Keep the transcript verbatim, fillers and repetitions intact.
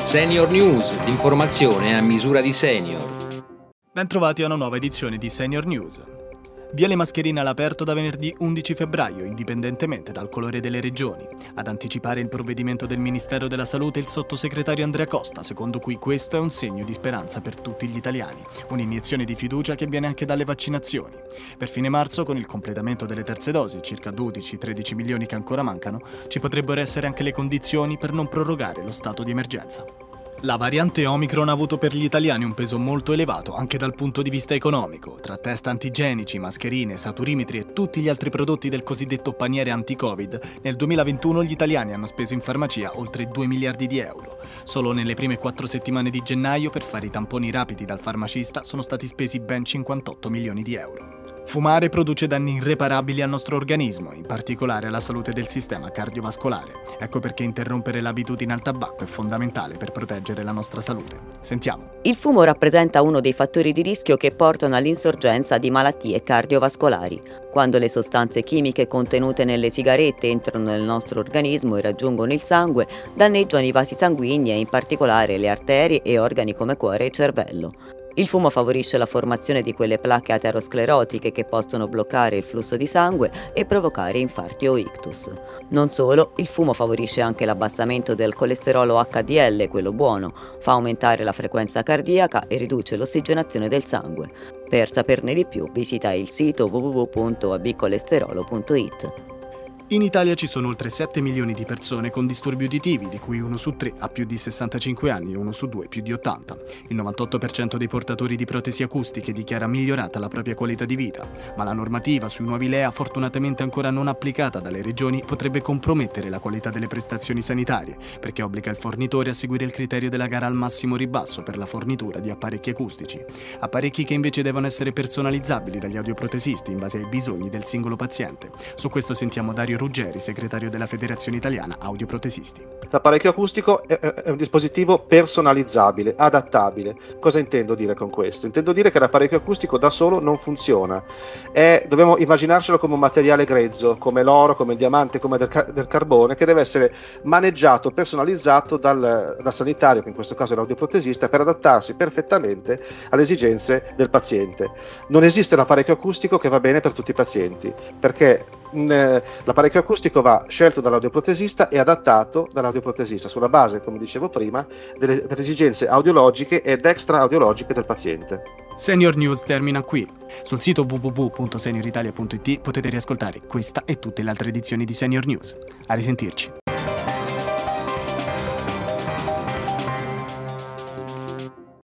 Senior News, l'informazione a misura di senior. Bentrovati a una nuova edizione di Senior News. Via le mascherine all'aperto da venerdì undici febbraio, indipendentemente dal colore delle regioni. Ad anticipare il provvedimento del Ministero della Salute il sottosegretario Andrea Costa, secondo cui questo è un segno di speranza per tutti gli italiani, un'iniezione di fiducia che viene anche dalle vaccinazioni. Per fine marzo, con il completamento delle terze dosi, circa dodici tredici milioni che ancora mancano, ci potrebbero essere anche le condizioni per non prorogare lo stato di emergenza. La variante Omicron ha avuto per gli italiani un peso molto elevato anche dal punto di vista economico. Tra test antigenici, mascherine, saturimetri e tutti gli altri prodotti del cosiddetto paniere anti-Covid, nel duemilaventuno gli italiani hanno speso in farmacia oltre due miliardi di euro. Solo nelle prime quattro settimane di gennaio, per fare i tamponi rapidi dal farmacista, sono stati spesi ben cinquantotto milioni di euro. Fumare produce danni irreparabili al nostro organismo, in particolare alla salute del sistema cardiovascolare. Ecco perché interrompere l'abitudine al tabacco è fondamentale per proteggere la nostra salute. Sentiamo. Il fumo rappresenta uno dei fattori di rischio che portano all'insorgenza di malattie cardiovascolari. Quando le sostanze chimiche contenute nelle sigarette entrano nel nostro organismo e raggiungono il sangue, danneggiano i vasi sanguigni e in particolare le arterie e organi come cuore e cervello. Il fumo favorisce la formazione di quelle placche aterosclerotiche che possono bloccare il flusso di sangue e provocare infarti o ictus. Non solo, il fumo favorisce anche l'abbassamento del colesterolo H D L, quello buono, fa aumentare la frequenza cardiaca e riduce l'ossigenazione del sangue. Per saperne di più, visita il sito w w w punto a b colesterolo punto i t. In Italia ci sono oltre sette milioni di persone con disturbi uditivi, di cui uno su tre ha più di sessantacinque anni e uno su due più di ottanta. Il novantotto per cento dei portatori di protesi acustiche dichiara migliorata la propria qualità di vita, ma la normativa sui nuovi L E A, fortunatamente ancora non applicata dalle regioni, potrebbe compromettere la qualità delle prestazioni sanitarie, perché obbliga il fornitore a seguire il criterio della gara al massimo ribasso per la fornitura di apparecchi acustici. Apparecchi che invece devono essere personalizzabili dagli audioprotesisti in base ai bisogni del singolo paziente. Su questo sentiamo Dario Ruggeri, segretario della Federazione Italiana Audioprotesisti. L'apparecchio acustico è, è un dispositivo personalizzabile, adattabile. Cosa intendo dire con questo? Intendo dire che l'apparecchio acustico da solo non funziona. È, dobbiamo immaginarcelo come un materiale grezzo, come l'oro, come il diamante, come del, del carbone, che deve essere maneggiato, personalizzato dal, dal sanitario, che in questo caso è l'audioprotesista, per adattarsi perfettamente alle esigenze del paziente. Non esiste un apparecchio acustico che va bene per tutti i pazienti, perché mh, l'apparecchio acustico va scelto dall'audioprotesista e adattato dall'audioprotesista sulla base, come dicevo prima, delle, delle esigenze audiologiche ed extra-audiologiche del paziente. Senior News termina qui. Sul sito w w w punto senior italia punto i t potete riascoltare questa e tutte le altre edizioni di Senior News. A risentirci.